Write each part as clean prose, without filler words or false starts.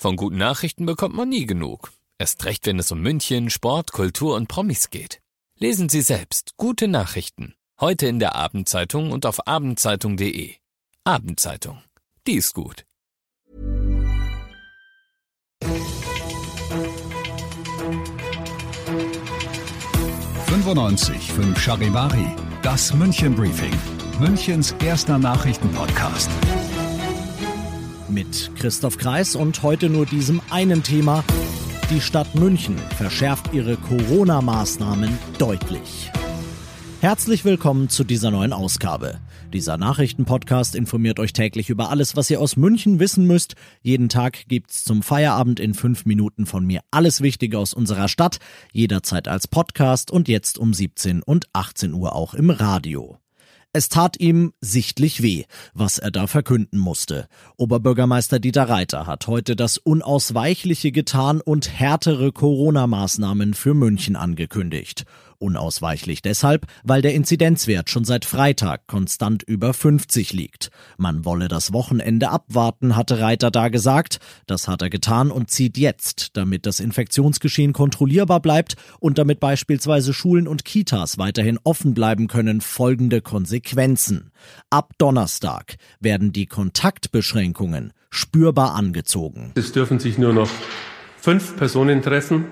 Von guten Nachrichten bekommt man nie genug. Erst recht, wenn es um München, Sport, Kultur und Promis geht. Lesen Sie selbst gute Nachrichten. Heute in der Abendzeitung und auf abendzeitung.de. Abendzeitung. Die ist gut. 95.5 Charivari, das München Briefing, Münchens erster Nachrichtenpodcast. Mit Christoph Kreis und heute nur diesem einen Thema. Die Stadt München verschärft ihre Corona-Maßnahmen deutlich. Herzlich willkommen zu dieser neuen Ausgabe. Dieser Nachrichtenpodcast informiert euch täglich über alles, was ihr aus München wissen müsst. Jeden Tag gibt's zum Feierabend in 5 Minuten von mir alles Wichtige aus unserer Stadt, jederzeit als Podcast und jetzt um 17 und 18 Uhr auch im Radio. Es tat ihm sichtlich weh, was er da verkünden musste. Oberbürgermeister Dieter Reiter hat heute das Unausweichliche getan und härtere Corona-Maßnahmen für München angekündigt. Unausweichlich deshalb, weil der Inzidenzwert schon seit Freitag konstant über 50 liegt. Man wolle das Wochenende abwarten, hatte Reiter da gesagt. Das hat er getan und zieht jetzt, damit das Infektionsgeschehen kontrollierbar bleibt und damit beispielsweise Schulen und Kitas weiterhin offen bleiben können, folgende Konsequenzen. Ab Donnerstag werden die Kontaktbeschränkungen spürbar angezogen. Es dürfen sich nur noch 5 Personen treffen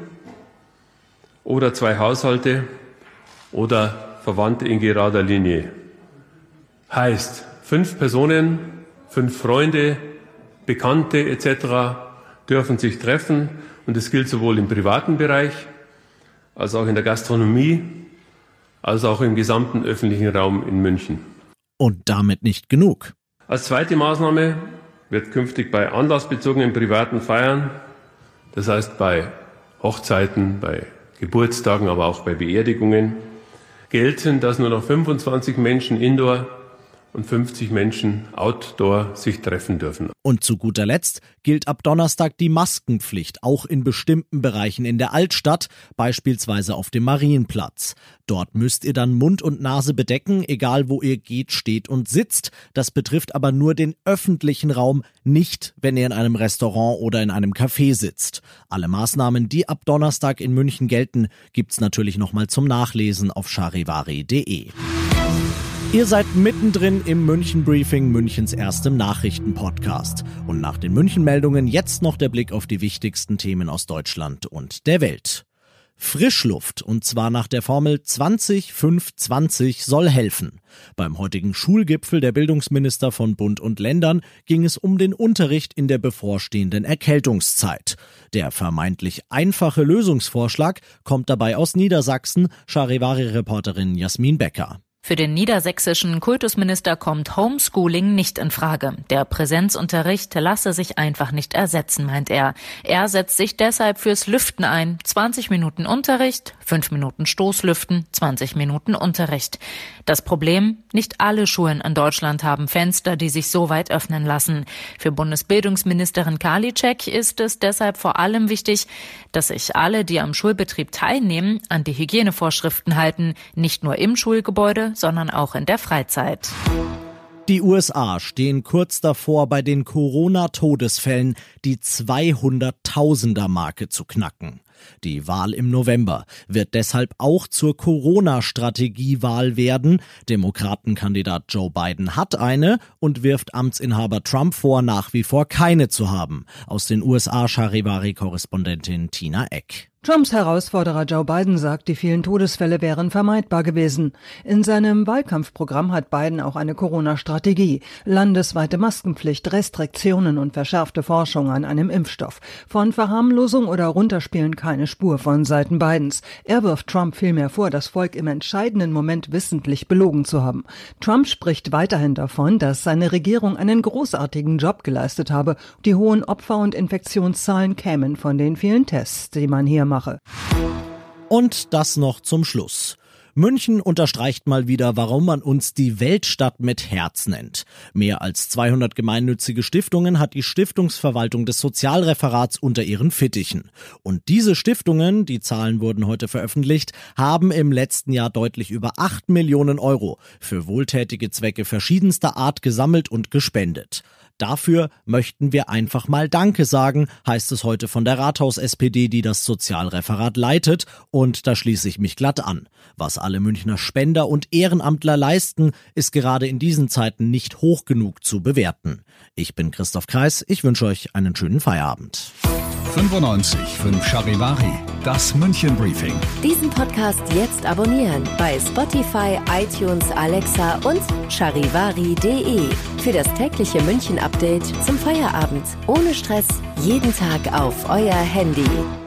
oder 2 Haushalte oder Verwandte in gerader Linie. Heißt, 5 Personen, 5 Freunde, Bekannte etc. dürfen sich treffen und es gilt sowohl im privaten Bereich als auch in der Gastronomie, als auch im gesamten öffentlichen Raum in München. Und damit nicht genug. Als zweite Maßnahme wird künftig bei anlassbezogenen privaten Feiern, das heißt bei Hochzeiten, bei Geburtstagen, aber auch bei Beerdigungen, gelten, dass nur noch 25 Menschen indoor und 50 Menschen outdoor sich treffen dürfen. Und zu guter Letzt gilt ab Donnerstag die Maskenpflicht, auch in bestimmten Bereichen in der Altstadt, beispielsweise auf dem Marienplatz. Dort müsst ihr dann Mund und Nase bedecken, egal wo ihr geht, steht und sitzt. Das betrifft aber nur den öffentlichen Raum, nicht wenn ihr in einem Restaurant oder in einem Café sitzt. Alle Maßnahmen, die ab Donnerstag in München gelten, gibt's natürlich nochmal zum Nachlesen auf charivari.de. Ihr seid mittendrin im München Briefing, Münchens erstem Nachrichtenpodcast. Und nach den München-Meldungen jetzt noch der Blick auf die wichtigsten Themen aus Deutschland und der Welt. Frischluft, und zwar nach der Formel 20-5-20 soll helfen. Beim heutigen Schulgipfel der Bildungsminister von Bund und Ländern ging es um den Unterricht in der bevorstehenden Erkältungszeit. Der vermeintlich einfache Lösungsvorschlag kommt dabei aus Niedersachsen, Charivari-Reporterin Jasmin Becker. Für den niedersächsischen Kultusminister kommt Homeschooling nicht in Frage. Der Präsenzunterricht lasse sich einfach nicht ersetzen, meint er. Er setzt sich deshalb fürs Lüften ein. 20 Minuten Unterricht, 5 Minuten Stoßlüften, 20 Minuten Unterricht. Das Problem: Nicht alle Schulen in Deutschland haben Fenster, die sich so weit öffnen lassen. Für Bundesbildungsministerin Karliczek ist es deshalb vor allem wichtig, dass sich alle, die am Schulbetrieb teilnehmen, an die Hygienevorschriften halten, nicht nur im Schulgebäude, sondern auch in der Freizeit. Die USA stehen kurz davor, bei den Corona-Todesfällen die 200.000er-Marke zu knacken. Die Wahl im November wird deshalb auch zur Corona-Strategiewahl werden. Demokratenkandidat Joe Biden hat eine und wirft Amtsinhaber Trump vor, nach wie vor keine zu haben. Aus den USA Charivari-Korrespondentin Tina Eck. Trumps Herausforderer Joe Biden sagt, die vielen Todesfälle wären vermeidbar gewesen. In seinem Wahlkampfprogramm hat Biden auch eine Corona-Strategie. Landesweite Maskenpflicht, Restriktionen und verschärfte Forschung an einem Impfstoff. Von Verharmlosung oder Runterspielen keine Spur von Seiten Bidens. Er wirft Trump vielmehr vor, das Volk im entscheidenden Moment wissentlich belogen zu haben. Trump spricht weiterhin davon, dass seine Regierung einen großartigen Job geleistet habe. Die hohen Opfer- und Infektionszahlen kämen von den vielen Tests, die man hier mache. Und das noch zum Schluss. München unterstreicht mal wieder, warum man uns die Weltstadt mit Herz nennt. Mehr als 200 gemeinnützige Stiftungen hat die Stiftungsverwaltung des Sozialreferats unter ihren Fittichen. Und diese Stiftungen, die Zahlen wurden heute veröffentlicht, haben im letzten Jahr deutlich über 8 Millionen Euro für wohltätige Zwecke verschiedenster Art gesammelt und gespendet. Dafür möchten wir einfach mal Danke sagen, heißt es heute von der Rathaus-SPD, die das Sozialreferat leitet. Und da schließe ich mich glatt an. Was alle Münchner Spender und Ehrenamtler leisten, ist gerade in diesen Zeiten nicht hoch genug zu bewerten. Ich bin Christoph Kreis, ich wünsche euch einen schönen Feierabend. 95.5 Charivari, das München Briefing. Diesen Podcast jetzt abonnieren bei Spotify, iTunes, Alexa und charivari.de. Für das tägliche München-Update zum Feierabend. Ohne Stress, jeden Tag auf euer Handy.